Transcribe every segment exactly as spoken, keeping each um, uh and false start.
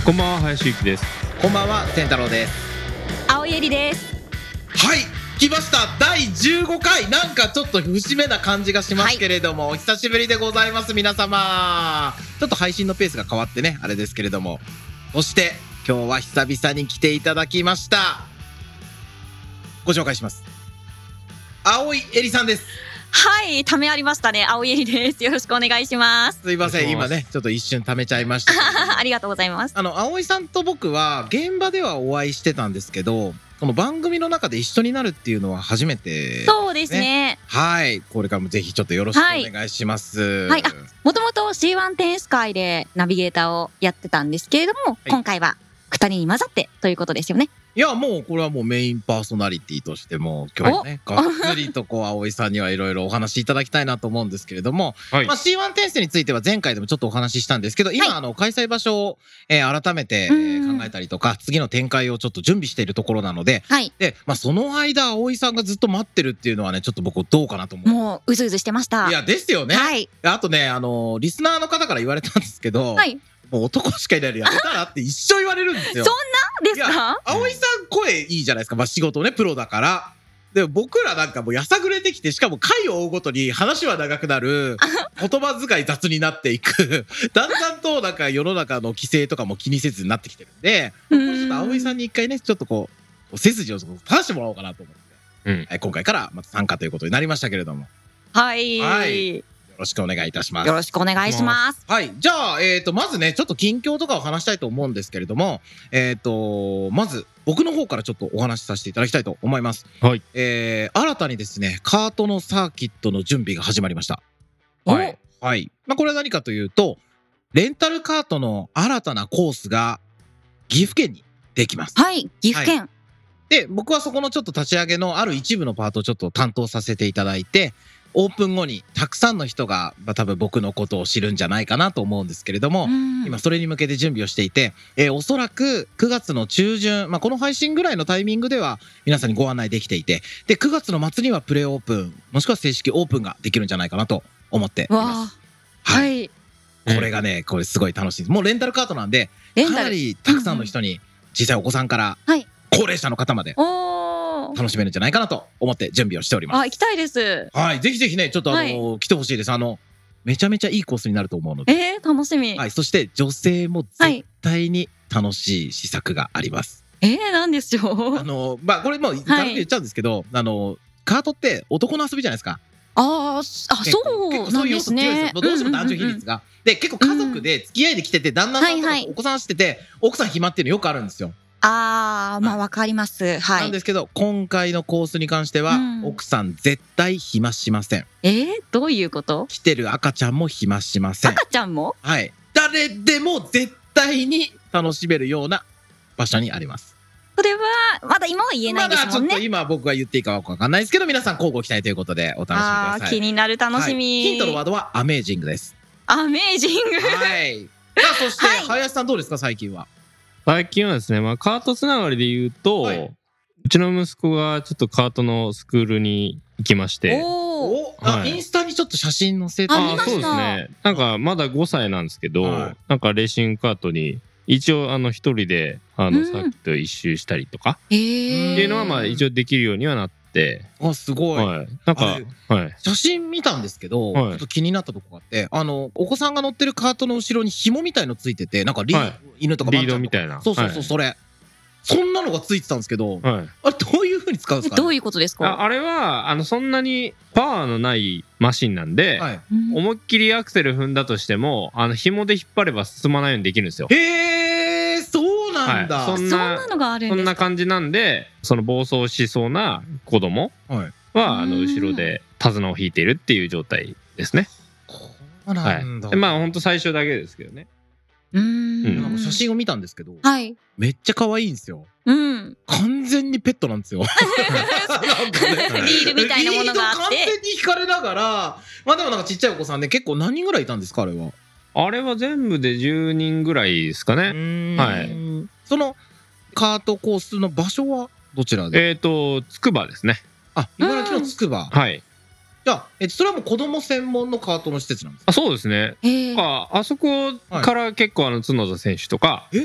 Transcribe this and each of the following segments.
こんばんは、林ゆきです。 こんばんは、健太郎です。 青いえりです。 はい、来ました。だいじゅうごかい。なんかちょっと節目な感じがしますけれども、はい、お久しぶりでございます。皆様ちょっと配信のペースが変わってね、あれですけれども、そして今日は久々に来ていただきました。ご紹介します。青いえりさんです。 はい、ためありましたね。青いえりです。よろしくお願いします。 すいません、今ねちょっと一瞬ためちゃいましたありがとうございます。 あの青井さんと僕は現場ではお会いしてたんですけど、この番組の中で一緒になるっていうのは初めて、ね、 そうですね。 はい、これからもぜひちょっとよろしくお願いします。 はい、はい、あ、もともと シーワン テニス界でナビゲーターをやってたんですけれども、はい、今回はふたりに混ざってということですよね。いや、 もうこれはもうメインパーソナリティとしても今日はねがっつりとこう青井さんにはいろいろお話しいただきたいなと思うんですけれども、はい、まあ、シーワン テニスについては前回でもちょっとお話ししたんですけど、今、はい、あの開催場所を、えー、改めて、えー、考えたりとか次の展開をちょっと準備しているところなので、はい、で、まあ、その間青井さんがずっと待ってるっていうのはねちょっと僕どうかなと思う。 もううずうずしてました。 いやですよね、はい、あとねあのリスナーの方から言われたんですけど、はい、もう男しかいないのやめたらって一生言われるんですよ。 そんなですか？ 青井さん声いいじゃないですか、まあ、仕事ねプロだから。でも僕らなんかもうやさぐれてきて、しかも回を追うごとに話は長くなる、言葉遣い雑になっていくだんだんとなんか世の中の規制とかも気にせずになってきてるんで、これちょっと青井さんに一回ねちょっとこう背筋を正してもらおうかなと思って、うんはい、今回からまた参加ということになりましたけれども、 はい、 はいよろしくお願いいたします。 よろしくお願いします。 はい、じゃあ、えーと、まずね、ちょっと近況とかを話したいと思うんですけれども、えーと、まず僕の方からちょっとお話しさせていただきたいと思います。はい。えー、新たにですね、カートのサーキットの準備が始まりました。はい。はい。まあ、これは何かというと、レンタルカートの新たなコースが岐阜県にできます。 はい、岐阜県。はい、 で、僕はそこのちょっと立ち上げのある一部のパートをちょっと担当させていただいて、オープン後にたくさんの人が、まあ、多分僕のことを知るんじゃないかなと思うんですけれども、今それに向けて準備をしていて、えー、おそらくくがつの中旬、まあ、この配信ぐらいのタイミングでは皆さんにご案内できていて、でくがつの末にはプレオープンもしくは正式オープンができるんじゃないかなと思っています。はい、はい、これがねこれすごい楽しいです。もうレンタルカートなんでかなりたくさんの人に、小さいお子さんから高齢者の方まで、楽しめるんじゃないかなと思って準備をしております。 あ、行きたいです。 はい、ぜひぜひねちょっとあの、はい、来てほしいです。あのめちゃめちゃいいコースになると思うので、 えー、楽しみ。 はい、そして女性も絶対に楽しい施策があります。 はい、えー、なんでしょう。 あのまあこれもう軽く言っちゃうんですけど、はい、あのカートって男の遊びじゃないですか。 ああ、そうなんですね。 どうしても男女比率が、で結構家族で付き合いで来てて、旦那さんとかお子さんしてて、奥さん暇っていうのよくあるんですよ。 あー、まあわかります。はい。 なんですけど今回のコースに関しては、うん、奥さん絶対暇しません。 えー、どういうこと？ 来てる赤ちゃんも暇しません。 赤ちゃんも？ はい。誰でも絶対に楽しめるような場所にあります。 それはまだ今は言えないですもんね。 まだちょっと今僕が言っていいかわかんないですけど、皆さん交互期待ということでお楽しみください。 あー、気になる、楽しみ、はい、 ヒントのワードはアメージングです。 アメージング。 はい。さあそして、はい、林さんどうですか最近は？ 最近はですね、まあ、カートつながりで言うと、はい、うちの息子がちょっとカートのスクールに行きまして、 おー、はい、インスタにちょっと写真載せて、 あ、 そうですね、なんかまだごさいなんですけど、はい、なんかレーシングカートに一応あの一人であのサーキット一周したりとか、うん、っていうのはまあ一応できるようにはなって、 あ、すごい、 はい、なんか、はい、 写真見たんですけど、はい、ちょっと気になったとこがあって、あのお子さんが乗ってるカートの後ろに紐みたいのついてて、なんかリー、はい、犬とかリードみたいな、 そうそうそう、はい、それそんなのがついてたんですけど、はい、あれどういう風に使うんですか、ね、 どういうことですか？ あ、あれはあのそんなにパワーのないマシンなんで、はい、思いっきりアクセル踏んだとしてもあの紐で引っ張れば進まないようにできるんですよ。 へー、そうなんだ、 はい、そんな、 そんなのがあるんですか？ そんな感じなんで、その暴走しそうな子供は、はい、あの後ろで手綱を引いているっていう状態ですね。 そうなんだ、 はい、まあ本当最初だけですけどね。 うーん、 なんか写真を見たんですけど、 はい、 めっちゃ可愛いんですよ。 うん、 完全にペットなんですよ。 なんかね、リールみたいなものがあって、 完全に引かれながら、まあでもなんかちっちゃいお子さんね、結構何人ぐらいいたんですかあれは？ あれは全部でじゅうにんぐらいですかね。はい。 そのカートコースの場所はどちらで？ えっとつくばですね。 あ、茨城のつくば。 はい。 じゃあ、えっと、それはもう子供専門のカートの施設なんですか？ あ、そうですね。あ、あそこから結構あの角田選手とか、 え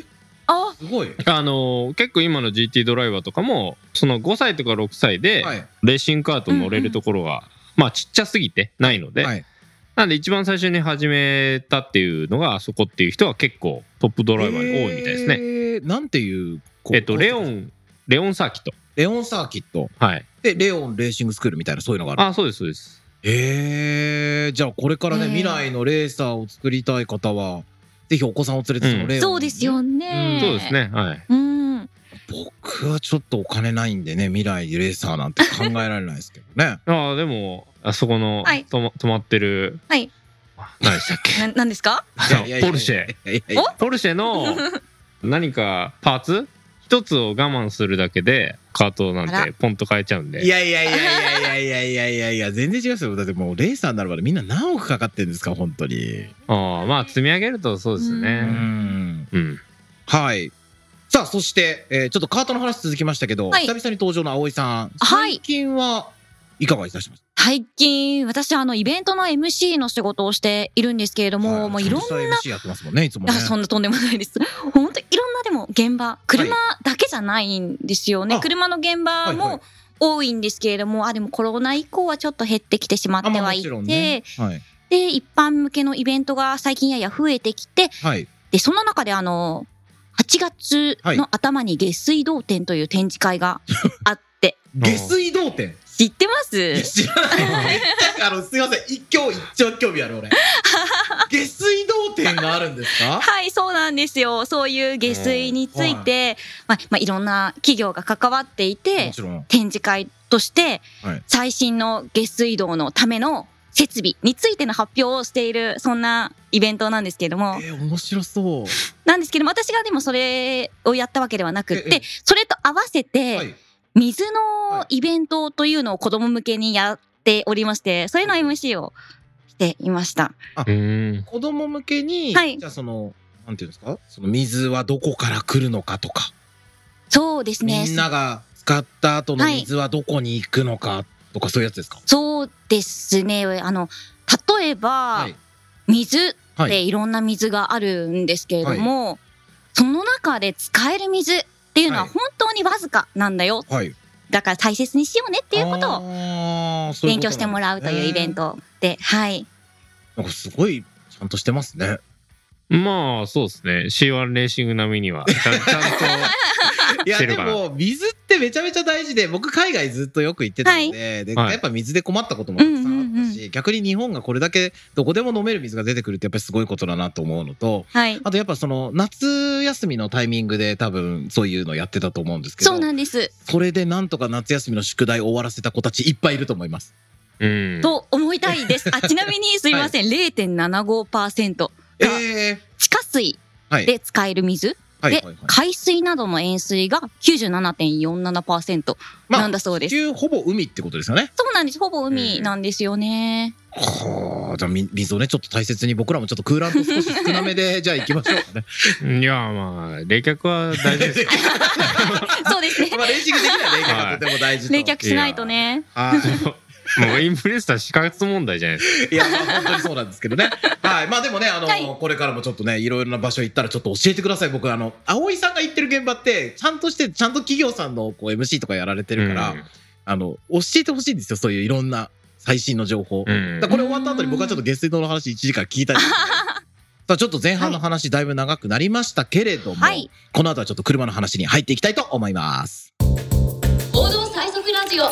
あ、 すごい。 あのー結構今の ジーティー ドライバーとかもそのごさいとかろくさいではいレーシングカート乗れるところが、まあちっちゃすぎてないので、 はい。 なんで一番最初に始めたっていうのがあそこっていう人は結構トップドライバーに多いみたいですね。 えーなんていうこうえっとレオンレオンサーキット。 レオンサーキットはい。 でレオンレーシングスクールみたいなそういうのがある。 あ、そうですそうです。 えー、じゃあこれからね、 えー未来のレーサーを作りたい方はぜひお子さんを連れてそのレオン、 そうですよね。 そうですね。はい。 うん。 僕はちょっとお金ないんでね、未来レーサーなんて考えられないですけどね。 ああでもあそこのはいとま止まってる、 はい。 何でしたっけ？ な、なんですか？ いやいやいやいやポルシェ。 いやいやいやポルシェの何かパーツ一つを我慢するだけでカートなんあらてポンと変えちゃうんで。 いやいやいやいやいやいやいやいやいや全然違いますよ。だってもうレーサーになるまでみんな何億かかってるんですか本当に。 ああまあ積み上げるとそうですうね。 ん。 うん。 はい。さあそして、えーちょっとカートの話続きましたけど、 はい久々に登場の葵さん。 はい最近はいかがいたしますか？ 最近私あのイベントの エムシー の仕事をしているんですけれども、 はいもういろんな、 ちゃんとした エムシー やってますもんねいつもね。 あ、そんなとんでもないです。本当いろんなでも現場、車だけじゃないんですよね。 あ車の現場はいはいも多いんですけれども、あでもコロナ以降はちょっと減ってきてしまってあまあはいて、 もちろんね。はいで一般向けのイベントが最近やや増えてきて、 はいでその中であのはちがつの頭に下水道展という展示会があって下水道展。 知ってます知らない。めっちゃあのすいません一興一丁興味ある俺。下水道展があるんですか？ はい、そうなんですよ。そういう下水について、まあ、まあ、いろんな企業が関わっていてもちろん。 展示会としてはい最新の下水道のための設備についての発表をしているそんなイベントなんですけれども、 えー、面白そう。 なんですけども私がでもそれをやったわけではなくっええて、それと合わせはてい。 水のイベントというのを子供向けにやっておりまして、それの エムシー をしていました。 うーん。 子供向けに、 はいじゃあそのなんていうんですか？その水はどこから来るのかとか、 そうですね。 みんなが使った後の水はどこに行くのかとかそういうやつですか？ そうですね。あの例えば、 はい水っはいていろんな水があるんですけれども、その中で使える水っていうのははい本当にわずかなんだよ。 はい。 だから大切にしようねっていうことをを勉強してもらうというイベン。トで、はい。 なんかすごいちゃんとしてますね。 まあそうですね。シーワン レーシング並みにはちゃんちゃんといやしてるかなでも水ってめちゃめちゃ大事で、僕海外ずっとよく行ってたので、ではいやっぱ水で困ったこともたくさんあったし、 うんうんうん逆に日本がこれだけどこでも飲める水が出てくるってやっぱりすごいことだなと思うのと、 はい。 あとやっぱその夏休みのタイミングで多分そういうのやってたと思うんですけど、 そうなんです。 それでなんとか夏休みの宿題を終わらせた子たちいっぱいいると思います。 うん。 と思いたいです。あ、ちなみにすいません。れいてんななごパーセント がえー、 地下水はいで使える水。ではいはいはい。 海水などの塩水が きゅうじゅうななてんよんななパーセント なんだそうです。 地球ほぼ海ってことですよね。 そうなんです。ほぼ海なんですよね。 はあ、じゃあみ水をねちょっと大切に僕らもちょっとクーラント少し少なめでじゃあ行きましょうかね。 いやまあ冷却は大事ですよ。 そうですね。 まあレーシング的には冷却がとても大事と。 冷却しないとね。 はいもうインフルエンサー死活問題じゃないですか。 いやまあ本当にそうなんですけどね。はいまあでもねあの、 はいこれからもちょっとねいろいろな場所行ったらちょっと教えてください。僕あの葵さんが行ってる現場ってちゃんとしてちゃんと企業さんのこう エムシー とかやられてるから、 うんあの教えてほしいんですよそういういろんな最新の情報。 うんだからこれ終わった後に僕はちょっと下水道の話いちじかん聞きたいです。さあちょっと前半の話だいぶ長くなりましたけれども、 はいこの後はちょっと車の話に入っていきたいと思います。 王道最速ラジオ。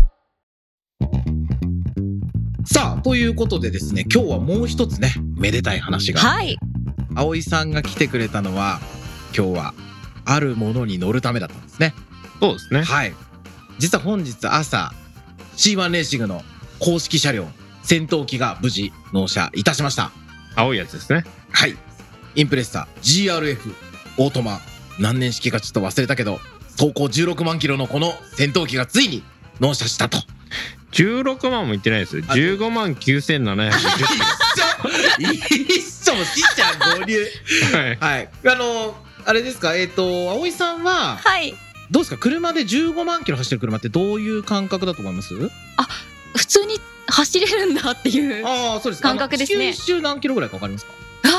さあということでですね今日はもう一つねめでたい話が、 はい。 葵さんが来てくれたのは今日はあるものに乗るためだったんですね。 そうですね。 はい実は本日朝 シーワン レーシングの公式車両戦闘機が無事納車いたしました。 青いやつですね。 はいインプレッサー ジーアールエフ オートマ何年式かちょっと忘れたけど走行じゅうろくまんキロのこの戦闘機がついに納車したと。 じゅうろくまんもいってないですよ。 あじゅうごまんきゅうせんななひゃくじゅっ一緒もしんちゃん合流キロ。はい。 はいあのあれですかえっ、と葵さんははい。 どうですか車でじゅうごまんキロ走ってる車ってどういう感覚だと思います？ 普通に走れるんだっていう。 ああそうです感覚ですねあの地球一周何キロぐらいかかりますか？ あー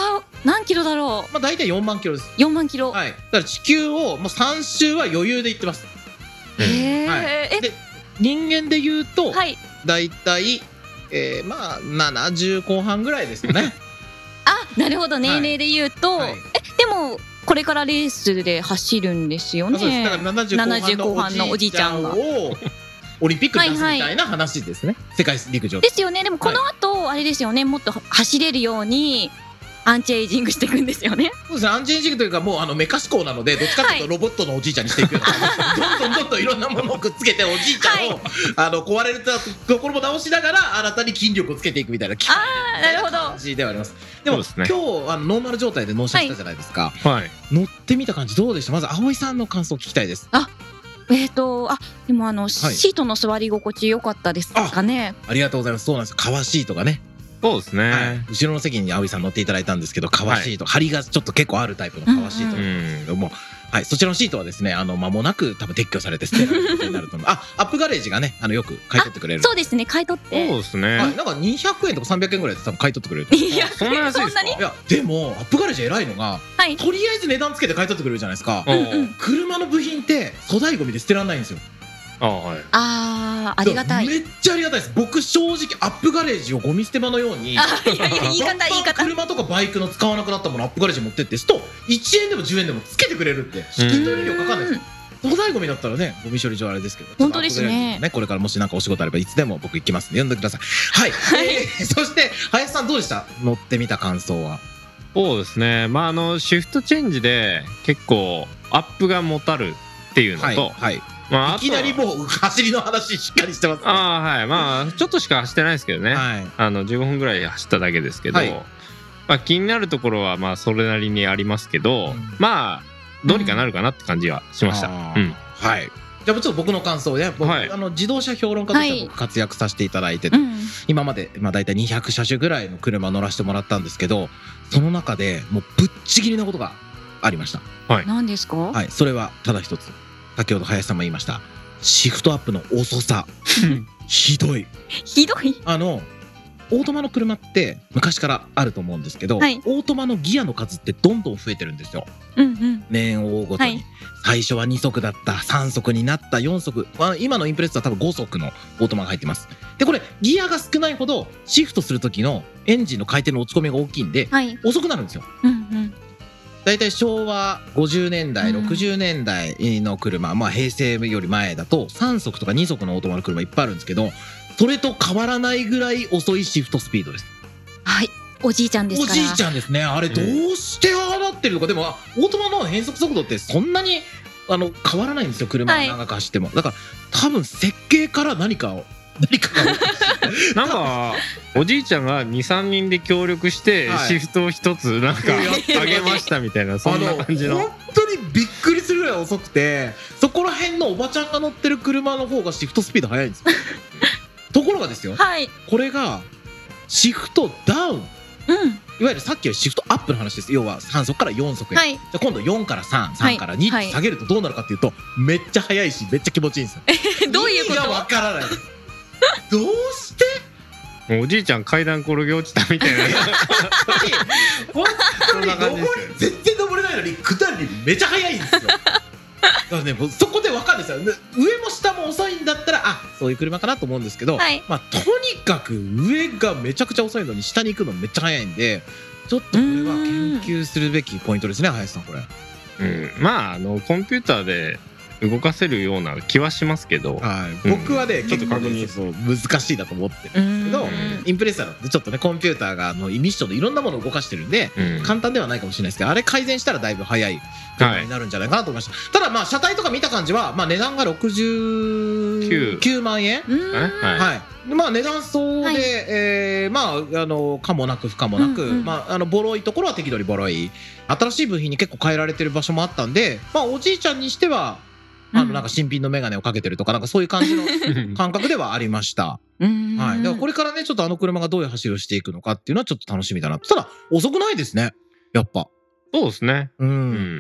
何キロだろう。 まあ大体よんまんキロです。 よんまんキロ。 はい。だから地球をもうさん周は余裕で行ってます。 へえ、 はい、 えで人間で言うと、 はい、 大体、えー、まあななじゅうこう半ぐらいですよね。 あ、なるほど、年齢で言うと、はいはい、えでもこれからレースで走るんですよね。 そうです。だからななじゅうこう半のおじいちゃんがオリンピックに出すみたいな話ですね。はいはい、世界陸上ですよね。でもこの後、はい、あれですよね、もっと走れるようにアンチエイジングしていくんですよね。 そうですね。アンチエイジングというか、もうあのメカ思考なので、どっちかというとロボットのおじいちゃんにしていくような、どんどんどんどんいろんなものをくっつけておじいちゃんを、はい、あの壊れたところも直しながら新たに筋力をつけていくみたいな感じではあります。でも、ね、今日あのノーマル状態で納車したじゃないですか。はい、乗ってみた感じどうでした？まず葵さんの感想を聞きたいです。 あ、えーと、あ、でもあの、はい、シートの座り心地良かったですかね。 あ、ありがとうございます。そうなんです。革シートがね。 そうですね、 はい、後ろの席に葵さん乗っていただいたんですけど、革シート、はい、張りがちょっと結構あるタイプの革シートなんですけども、うんうん、はい、そちらのシートはですね、あの間もなく多分撤去されて捨てられることになると思う。あ、アップガレージがね、あのよく買い取ってくれる。 そうですね、買い取って。 そうですね、 はい、なんかにひゃくえんとかさんびゃくえんぐらいで多分買い取ってくれる。 いや、 そんな安いですか？いやでもアップガレージ偉いのが、はい、とりあえず値段つけて買い取ってくれるじゃないですか。うんうん、車の部品って粗大ゴミで捨てられないんですよ。 あ、はい、 あー、ありがたい。 めっちゃありがたいです。僕正直アップガレージをゴミ捨て場のように、いやいや言い方言い方車とかバイクの使わなくなったものアップガレージ持ってってすといちえんでもじゅうえんでもつけてくれるって、引き取り料かかんないですよ。粗大ゴミだったらね、ゴミ処理場あれですけど、 本当ですね。 これからもし何かお仕事あればいつでも僕行きますんで呼んでください。はい、はい、えー、そして林さんどうでした？乗ってみた感想は。 そうですね、まああのシフトチェンジで結構アップがもたるっていうのと、はいはい、 まあ、いきなりもう走りの話しっかりしてますね。 あ、はい、まあちょっとしか走ってないですけどね、はい、あのじゅうごふんぐらい走っただけですけど、はい、まあ、気になるところはまあそれなりにありますけど、うん、まあどうにかなるかなって感じはしました。うんうん、 はい。じゃあちょっと僕の感想で、僕、はい、あの自動車評論家として僕活躍させていただいてて、はい、今までまあ大体にひゃくしゃしゅぐらいの車乗らせてもらったんですけど、その中でもうぶっちぎりなことがありました。 はい。何ですか？ はい、それはただ一つ。先ほど林さんも言いましたシフトアップの遅さひどいひどい。 あのオートマの車って昔からあると思うんですけど、はい、オートマのギアの数ってどんどん増えてるんですよ、うんうん、年を追うごとに、はい、最初はにそくだったさんそくになったよんそく、まあ、今のインプレッサは多分ごそくのオートマが入ってます。でこれギアが少ないほどシフトする時のエンジンの回転の落ち込みが大きいんで、はい、遅くなるんですよ、うんうん。だいたい昭和ごじゅうねんだい、ろくじゅうねんだいの車、まあ平成より前だとさんそくとかにそくのオートマの車いっぱいあるんですけど、それと変わらないぐらい遅いシフトスピードです。 はい、おじいちゃんですから。 おじいちゃんですね。あれどうしてああなってるのか。でもオートマの変速速度ってそんなにあの変わらないんですよ、車が長く走っても、はい、だから多分設計から何かを何かがなんかおじいちゃんが にさんにんで協力してシフトを一つなんか上げましたみたいな、そんな感じの。 本当にびっくりするぐらい遅くて、そこら辺のおばちゃんが乗ってる車の方がシフトスピード速いんですよところがですよ、はい、これがシフトダウン、うん、いわゆるさっきはシフトアップの話です。要はさんそくからよんそくへ、はい、じゃあ今度よんからさん、さんからにって下げるとどうなるかっていうと、めっちゃ速いしめっちゃ気持ちいいんですよ。 どういうこと？ 意味がわからないどうしてもうおじいちゃん階段転げ落ちたみたいな本当に登り全然登れないのに下りめちゃ速いんですよ。だからね、そこで分かるんですよ。上も下も遅いんだったらあそういう車かなと思うんですけど、はい、まあ、とにかく上がめちゃくちゃ遅いのに下に行くのめっちゃ速いんで、ちょっとこれは研究するべきポイントですね、林さんこれ。 うん、まああのコンピューターで動かせるような気はしますけど、 はい、僕はね、うん、結構確認そう難しいなと思ってるんですけど、インプレッサーだってちょっとねコンピューターがあのイミッションでいろんなものを動かしてるんで、うん、簡単ではないかもしれないですけど、あれ改善したらだいぶ早い車になるんじゃないかなと思いました、はい、ただまあ車体とか見た感じは、まあ、値段がろくじゅうきゅうまんえん、はい、はい、まあ値段相応で、はい、えー、まああの可もなく不可もなく、うんうん、まああのボロいところは適度にボロい、新しい部品に結構変えられてる場所もあったんで、まあおじいちゃんにしてはあのなんか新品のメガネをかけてるとかなんかそういう感じの感覚ではありました。はい。だからこれからねちょっとあの車がどういう走りをしていくのかっていうのはちょっと楽しみだな。ただ遅くないですね。やっぱ。 そうですね。 うん。うん、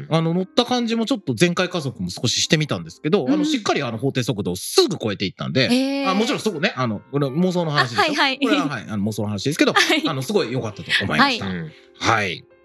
あの乗った感じもちょっと全開加速も少ししてみたんですけど、うん、あのしっかりあの法定速度をすぐ超えていったんで、あもちろんそこねあのこれ妄想の話ですよ。はいはい。これははいあの妄想の話ですけど、はい、あのすごい良かったと思いました。はい。はい、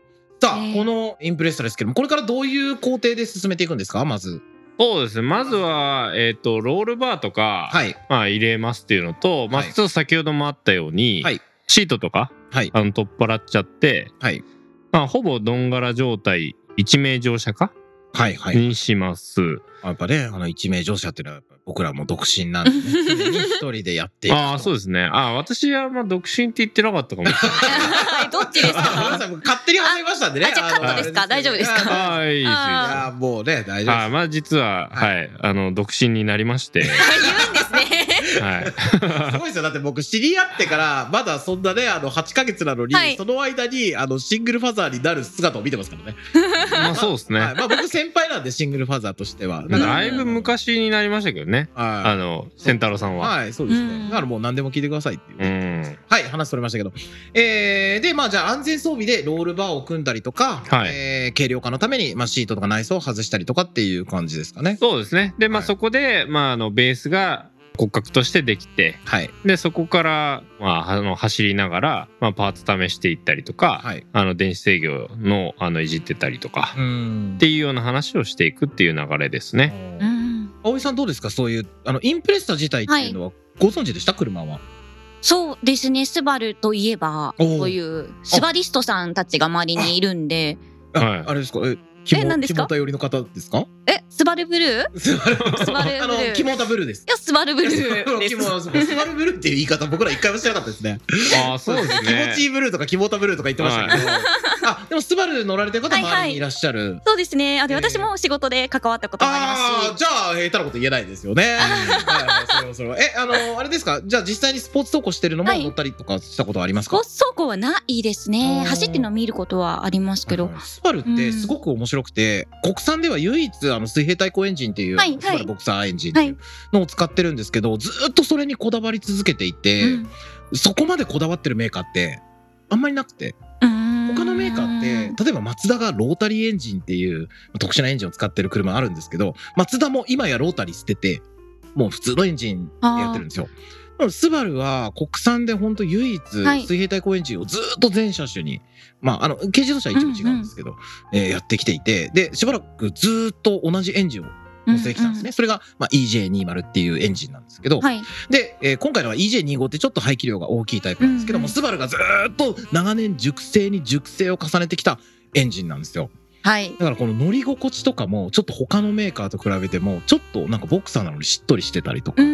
さあ、このインプレッサですけども、これからどういう工程で進めていくんですか、まず。 そうですね、まずは、えーと、ロールバーとか、はい、まあ、入れますっていうのと、まあ、ちょっと先ほどもあったように、はい、シートとか、はい、あの取っ払っちゃって、はい、まあ、ほぼどんがら状態いち名乗車化はいはいにします。 やっぱね、あの一名乗車っていうのは僕らも独身なんでね、常に一人でやっていく。 ああ、そうですね。ああ、私はまあ独身って言ってなかったかもしれない。どっちですか？ 勝手に挟みましたんでね。 あ、じゃあカットですか？大丈夫ですか？ ああ、いいです。いや、もうね、大丈夫です。 あ、まあ実は、はい、あの独身になりまして。 言うんですね。 はい。すごいですよ。だって僕知り合ってからまだそんなね、あのはちかげつなのに、はい、その間にあのシングルファザーになる姿を見てますからね。 まあそうですね。 まあ、まあ、僕先輩なんでシングルファザーとしては。 だいぶ昔になりましたけどね。はい、あの千太郎さんは。 はい、そうですね。だからもう何でも聞いてくださいっていう。うん、はい、話それましたけど。えー、でまあじゃあ安全装備でロールバーを組んだりとか、はい、えー、軽量化のためにまあシートとか内装を外したりとかっていう感じですかね。 そうですね。でまあ、はい、そこでまああのベースが骨格としてできて、はい、でそこから、まあ、あの走りながら、まあ、パーツ試していったりとか、はい、あの電子制御のあのいじってたりとかっていうような話をしていくっていう流れですね。 葵さんどうですか、そういうあのインプレッサ自体っていうのはご存知でした、はい、車は。 そうですね、スバルといえばこういうスバリストさんたちが周りにいるんで。 あ, あ, あ, あれですか、えキモタ寄りの方ですか？ え、スバルブルー？スバルブルー。 あのキモタブルーです。 いや、スバルブルーです。 スバルブルーっていう言い方僕ら一回もしてなかったですね。 ああ、そうですね。 気持ちいいブルーとかキモタブルーとか言ってましたけど。あ、でもスバル乗られてる方周りにいらっしゃる。はいはい、 そうですね。あ、で私も仕事で関わったこともありますし。 ああ、じゃあ下手なこと言えないですよね。はいはい、それはそれは。え、あのあれですか。じゃあ実際にスポーツ走行してるのも乗ったりとかしたことありますか？ スポーツ走行はないですね。走ってるの見ることはありますけど。はいはい、 スバルってすごく面白くて。うん、国産では唯一あの水平対向エンジンっていう、はい、スバルボクサーエンジンっていうのを使ってるんですけど、ずっとそれにこだわり続けていて、うん、そこまでこだわってるメーカーってあんまりなくて、他のメーカーって例えばマツダがロータリーエンジンっていう特殊なエンジンを使ってる車あるんですけど、マツダも今やロータリー捨ててもう普通のエンジンでやってるんですよ。スバルは国産で本当唯一水平対向エンジンをずっと全車種に、まああの軽自動車は一部違うんですけど、うんうん、えー、やってきていて、でしばらくずっと同じエンジンを乗せてきたんですね。うんうん、それが、まあ、イージェーにじゅう っていうエンジンなんですけど、はい、で、えー、今回のは イージェーにじゅうご ってちょっと排気量が大きいタイプなんですけども、うんうん、スバルがずっと長年熟成に熟成を重ねてきたエンジンなんですよ。はい、だからこの乗り心地とかもちょっと他のメーカーと比べてもちょっとなんかボクサーなのにしっとりしてたりとか、うん、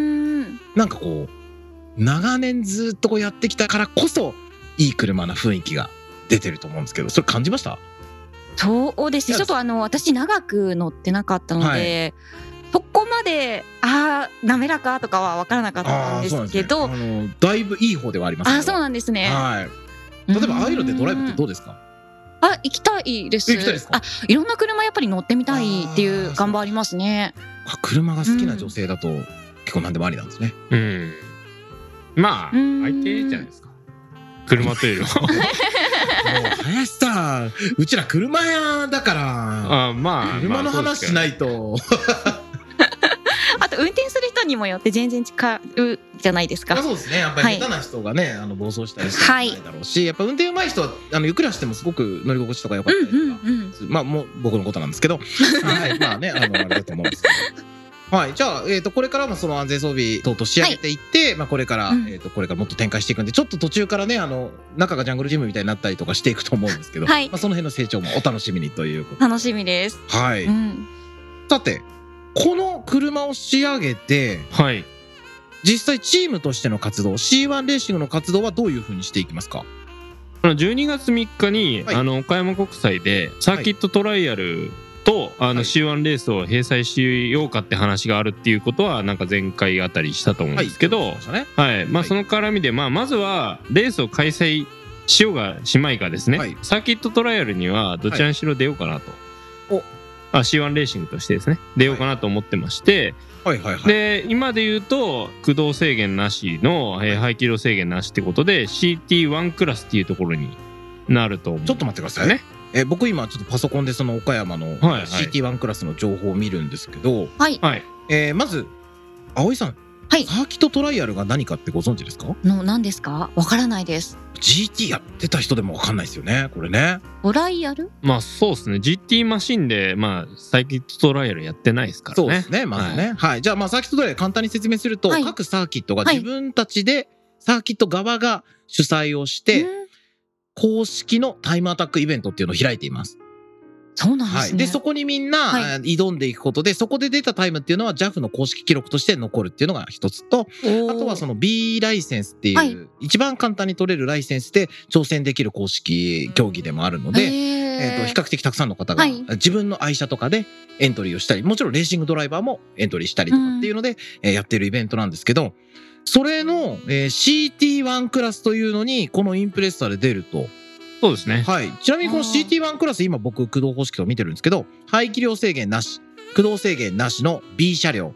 なんかこう長年ずっとこうやってきたからこそいい車な雰囲気が出てると思うんですけど、それ感じました？ そうですね、ちょっとあの私長く乗ってなかったので、はい、そこまでああ滑らかとかは分からなかったんですけど、 あ、ね、あのだいぶいい方ではありますね。 あ、そうなんですね。 はい、例えばああいうのでドライブってどうですか？ あ、行きたいです。 行きたいですか？ あ、いろんな車やっぱり乗ってみたいっていう願望ありますね。 あ、車が好きな女性だと、うん、結構何でもありなんですね。 うん、まあ相手じゃないですか、車というよりも。もう林さん、うちら車屋だから、あ、まあ、車の話しないと。 あと運転する人にもよって全然違うじゃないですか。 そうですね。やっぱり下手な人がね、はい、あの暴走したりしたらないだろうし、はい、やっぱ運転上手い人はあのゆっくり走ってもすごく乗り心地とか良かったりとか、うんうんうん、まあもう僕のことなんですけど、はい、まあね、あのあれだと思うんですけど。はい、じゃあ、えー、とこれからもその安全装備等々仕上げていって、はい、まあ、これから、うん、えー、とこれからもっと展開していくんで、ちょっと途中からね、あの中がジャングルジムみたいになったりとかしていくと思うんですけど、はい、まあ、その辺の成長もお楽しみにということで。 楽しみです。 はい、うん、さてこの車を仕上げて、はい、実際チームとしての活動 シーワン レーシングの活動はどういうふうにしていきますか？ じゅうにがつみっかに、はい、あの岡山国際でサーキットトライアルとあの シーワン レースを閉鎖しようかって話があるっていうことはなんか前回あたりしたと思うんですけど、はい、まあその絡みで、まあまずはレースを開催しようがしまいかですね、はい、サーキットトライアルにはどちらにしろ出ようかなと、はい、あ シーワン レーシングとしてですね出ようかなと思ってまして、はいはいはいはい、で今で言うと駆動制限なしの、えー、排気量制限なしってことで シーティーワン クラスっていうところになると思うんですよね。 ちょっと待ってくださいね。え僕今ちょっとパソコンでその岡山の シーティーワン クラスの情報を見るんですけど、はい、えー、まず葵さんはい、 サーキットトライアルが何かってご存知ですか？ の何ですか？わからないです。 ジーティー やってた人でもわかんないですよねこれね。 トライアル、 まあそうですね ジーティー マシンでまあサーキットトライアルやってないですからね。 そうですねまずね、はいはい、じゃあまあサーキットトライアル簡単に説明すると、はい、各サーキットが自分たちでサーキット側が主催をして、はい、公式のタイムアタックイベントっていうのを開いています。 そうなんですね。 はい、でそこにみんな、はい、挑んでいくことでそこで出たタイムっていうのは ジャフ の公式記録として残るっていうのが一つと、あとはその B ライセンスっていう、はい、一番簡単に取れるライセンスで挑戦できる公式競技でもあるので、えーと比較的たくさんの方が自分の愛車とかでエントリーをしたり、もちろんレーシングドライバーもエントリーしたりとかっていうので、うん、やっているイベントなんですけど、それの シーティーワン クラスというのにこのインプレッサで出ると。 そうですね、 はい、ちなみにこの シーティーワン クラス今僕駆動方式と見てるんですけど、排気量制限なし駆動制限なしの B 車両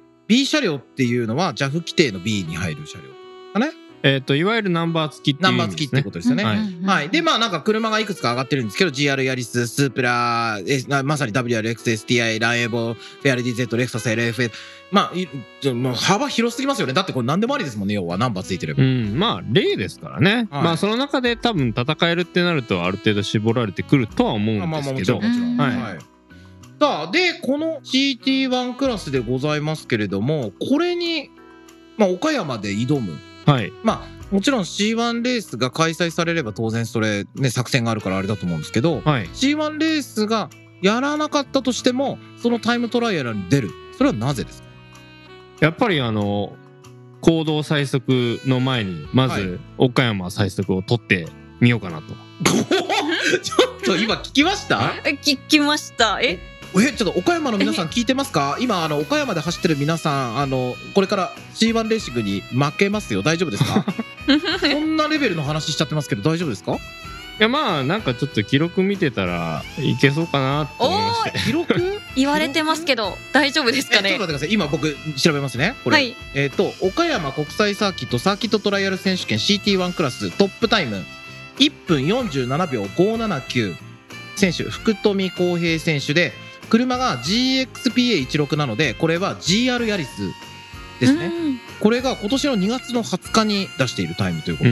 B 車両っていうのは ジャフ 規定の B に入る車両かね。 えっといわゆるナンバー付きっていう意味ですね。 ナンバー付きってことですよね、はいはい、でまあなんか車がいくつか上がってるんですけど ジーアール ヤリススープラえまさに ダブリューアールエックスエスティーアイ ランエボフェアレディ Z レクサス エルエフエー まあいもう幅広すぎますよね。だってこれ何でもありですもんね、要はナンバーついてれば。 うんまあ例ですからね、はい、まあその中で多分戦えるってなるとある程度絞られてくるとは思うんですけど、 まあまあもちろんもちろん、はいはい、さあでこの シーティーワン クラスでございますけれども、これに、まあ、岡山で挑む、 はい、 まあもちろん シーワン レースが開催されれば当然それね作戦があるからあれだと思うんですけど、はい、シーワン レースがやらなかったとしてもそのタイムトライアルに出る、それはなぜですか？ やっぱりあの行動最速の前にまず岡山最速を取ってみようかなと。 ちょっと今聞きました？ 聞きました。ええちょっと岡山の皆さん聞いてますか？今あの岡山で走ってる皆さん、あのこれから シーワン レーシングに負けますよ、大丈夫ですか？そんなレベルの話しちゃってますけど大丈夫ですか？いやまあなんかちょっと記録見てたらいけそうかなと思いまして。 記録言われてますけど大丈夫ですかね？ ちょっと待ってください、今僕調べますねこれ、はい、えっ、ー、と岡山国際サーキットサーキットトライアル選手権 シーティーワン クラストップタイムいっぷんよんじゅうななびょうごーななきゅう、選手福富康平選手で、車が ジーエックスピーエーじゅうろく なのでこれは ジーアール ヤリスですね。これが今年のにがつのはつかに出しているタイムということ。うん、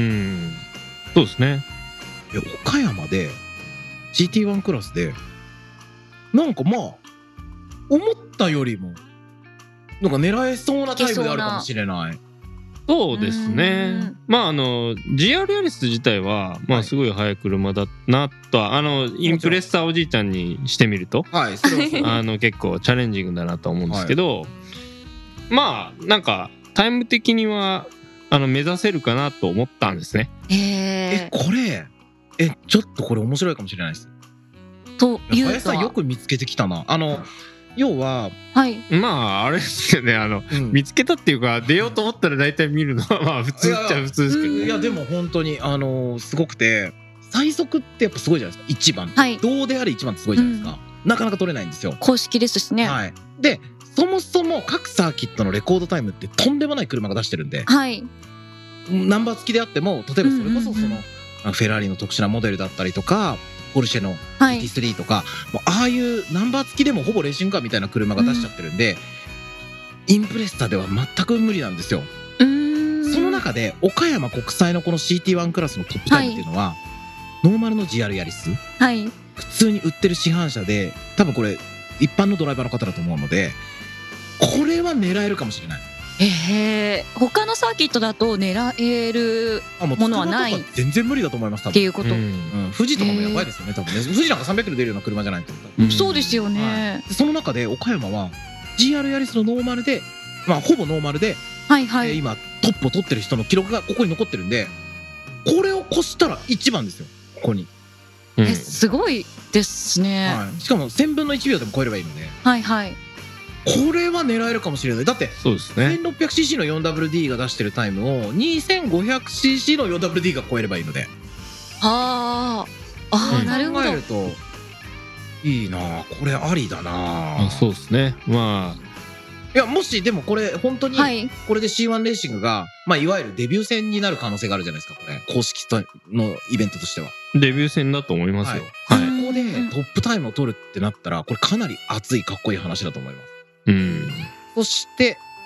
そうですね。 いや岡山で シーティーワン クラスでなんかまあ思ったよりもなんか狙えそうなタイムであるかもしれない。 そうですね。まああの ジーアール ヤリス自体はまあすごい速い車だなとは、はい、あのインプレッサーおじいちゃんにしてみると、はい、それはそうあの結構チャレンジングだなと思うんですけど、はい、まあなんかタイム的にはあの目指せるかなと思ったんですね。 えこれえちょっとこれ面白いかもしれないです。 というと林さんよく見つけてきたな。あの要は、 はい、 まああれですよね、あの、うん、見つけたっていうか出ようと思ったら大体見るのはまあ普通っちゃ普通ですけどね。 いやでも本当にあのー、すごくて最速ってやっぱすごいじゃないですか。いちばん、はい、どうであれいちばんってすごいじゃないですか、うん、なかなか取れないんですよ、 公式ですしね、 はい、でそもそも各サーキットのレコードタイムってとんでもない車が出してるんで、はい、ナンバー付きであっても例えばそれこそその、うんうんうん、フェラーリの特殊なモデルだったりとかポルシェの ジーティースリー とか、はい、もうああいうナンバー付きでもほぼレーシングカーみたいな車が出しちゃってるんで、うん、インプレッサでは全く無理なんですよ。うーん、その中で岡山国際のこの シーティーワン クラスのトップタイムっていうのは、はい、ノーマルの ジーアール ヤリス、はい、普通に売ってる市販車で多分これ一般のドライバーの方だと思うのでこれは狙えるかもしれない。 えー、他のサーキットだと狙えるものはない。 全然無理だと思います。 っていうこと。うんうん、富士とかもやばいですよね、多分ね。富士なんかさんびゃくキロ出るような車じゃないと思った、 うん、そうですよね、 はい、その中で岡山は ジーアール ヤリスのノーマルで、まあほぼノーマルで、 はいはい、 えー、今トップを取ってる人の記録がここに残ってるんで、これを越したらいちばんですよ、ここに。 うん、えすごいですね、 はい、しかもせんぶんのいちびょうでも超えればいいので、 はいはい、 これは狙えるかもしれない。だってそうですね、 せんろっぴゃくシーシー の フォーダブリューディー が出してるタイムを にせんごひゃくシーシー の フォーダブリューディー が超えればいいので、 ああ、なるほど。 考えるといいな、これありだな。 あ、そうですね。まあいやもしでもこれ本当にこれで シーワン レーシングが、まあ、いわゆるデビュー戦になる可能性があるじゃないですか、これ公式のイベントとしてはデビュー戦だと思いますよ、 はいはい、ここでトップタイムを取るってなったらこれかなり熱いかっこいい話だと思います。 うん、 そして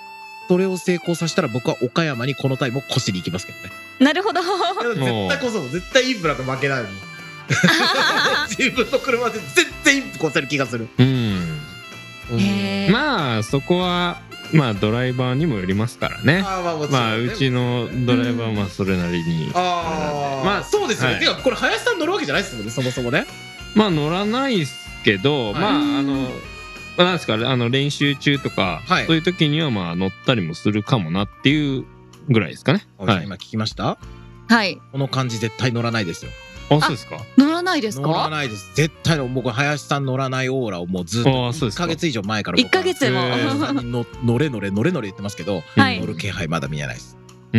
それを成功させたら僕は岡山にこのタイムを越しに行きますけどね。 なるほど。 絶対こそ絶対インプなんか負けないもん自分の車で全然インプ越せる気がする。 うん、まあそこはまあドライバーにもよりますからね。あ、まあもちろんね、まあうちのドライバーはまあそれなりに、うん、 あまあそうですよね、はい、てかこれ林さん乗るわけじゃないですもんね、そもそもね。 まあ乗らないですけど、はい、まああのなんですか、あの練習中とか、はい、そういう時にはまあ乗ったりもするかもなっていうぐらいですかね。 はい、今聞きました。 はい、 この感じ絶対乗らないですよ。 あ、そうですか。 乗らないですか。 乗らないです。絶対の僕林さん乗らないオーラをもうずっといっかげつ以上前からいっかげつもの乗れ乗れ乗れ乗れ言ってますけど、はい、乗る気配まだ見えないです。うん、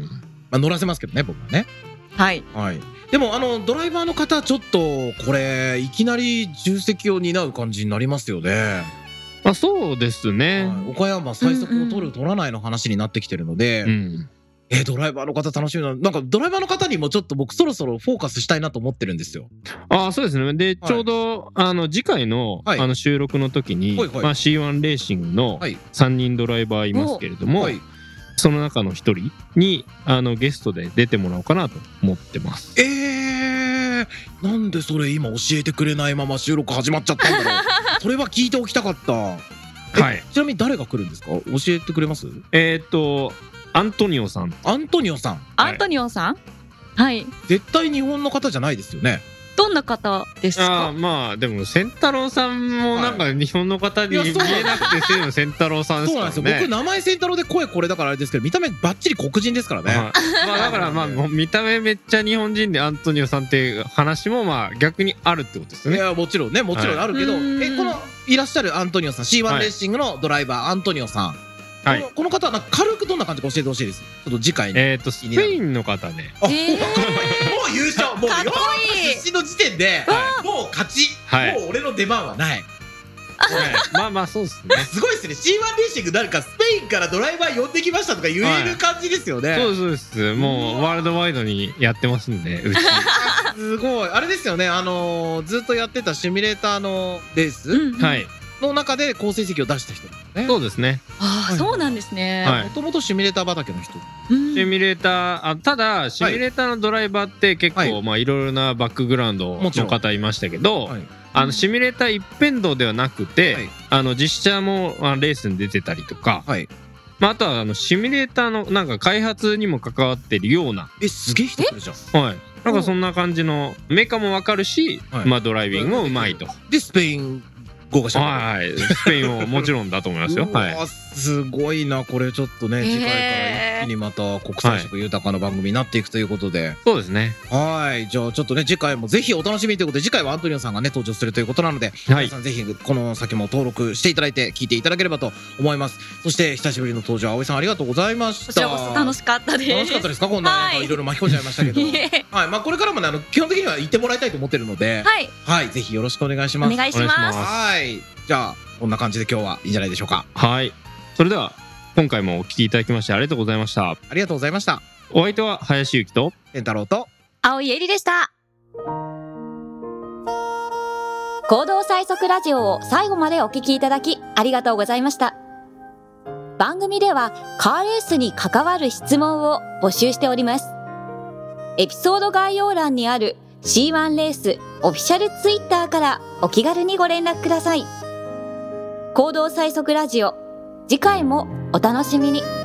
まあ乗らせますけどね、僕はね。 はい、 はい、でもあのドライバーの方ちょっとこれいきなり重責を担う感じになりますよね。 あ、そうですね、 はい、岡山最速を取る、うんうん、取らないの話になってきてるので、うん、えドライバーの方楽しみな、なんかドライバーの方にもちょっと僕そろそろフォーカスしたいなと思ってるんですよ。 あ、そうですね。で、はい、ちょうどあの次回の、はい、あの収録の時に、はいはい、まあ、シーワン レーシングのさんにんドライバーいますけれども、はい、その中のひとりにあのゲストで出てもらおうかなと思ってます。 えー、なんでそれ今教えてくれないまま収録始まっちゃったんだろうそれは聞いておきたかった。はい、ちなみに誰が来るんですか、教えてくれます？ えー、っとアントニオさん。 アントニオさん。 アントニオさん。はい。 絶対日本の方じゃないですよね。 どんな方ですか？ あ、まあでも仙太郎さんもなんか日本の方に見えなくてせいの仙太郎さんですからね。 そうなんですよ。僕名前仙太郎で声これだからあれですけど、見た目バッチリ黒人ですからね。 まあだからまあ見た目めっちゃ日本人でアントニオさんっていう話もまあ逆にあるってことですよね。 いやもちろんね、もちろんあるけど、はい、えこのいらっしゃるアントニオさん、 シーワン レーシングのドライバーアントニオさん、はい、この、この方はなんか軽くどんな感じか教えてほしいです。ちょっと次回に。 えっとスペインの方ね。 あ、えー、もう優勝、もうヨーロッパ出身の時点で、はい、もう勝ち、はい、もう俺の出番はない。 はい、まあまあそうですね。 すごいですね。 シーワン レーシング誰かスペインからドライバー呼んできましたとか言える感じですよね。はい、 そうですそうです。もうワールドワイドにやってますんで、うちすごいあれですよね。あのー、ずっとやってたシミュレーターのレース、うんうん、はいの中で好成績を出した人、 ね、そうですね。 ああ、はい、そうなんですね。 もともとシミュレーター畑の人。 シミュレーター、あ、ただシミュレーターのドライバーって結構、はい、まあいろいろなバックグラウンドの方いましたけど、はい、あのシミュレーター一辺倒ではなくて、はい、あの実写もあレースに出てたりとか、はい、まあ、あとはあのシミュレーターのなんか開発にも関わってるような。 え、すげえ人来るじゃん。 はい。なんかそんな感じのメーカーもわかるし、はい、まあドライビングもうまいと。 でスペイン語がしゃべる。 はい、スペインももちろんだと思いますよ。はい。 すごいな、これちょっとね、次回から一気にまた国際色豊かな番組になっていくということで、はい、 そうですね。 はい、じゃあちょっとね次回もぜひお楽しみということで、次回はアントニオさんがね登場するということなので、はい、皆さんぜひこの先も登録していただいて聞いていただければと思います。そして久しぶりの登場、葵さんありがとうございました。こちらこそ楽しかったです。 楽しかったですか？こんな、はい、いろいろ巻き込んじゃいましたけどはい、まあこれからもね、あの基本的には言ってもらいたいと思ってるので、はい、はい、ぜひよろしくお願いします。 お願いします。 はい、じゃあこんな感じで今日はいいんじゃないでしょうか。 はい、それでは今回もお聞きいただきましてありがとうございました。 ありがとうございました。 お相手は林幸と健太郎と青井絵里でした。行動最速ラジオを最後までお聞きいただきありがとうございました。番組ではカーレースに関わる質問を募集しております。エピソード概要欄にある シーワン レースオフィシャルツイッターからお気軽にご連絡ください。行動最速ラジオ、次回もお楽しみに。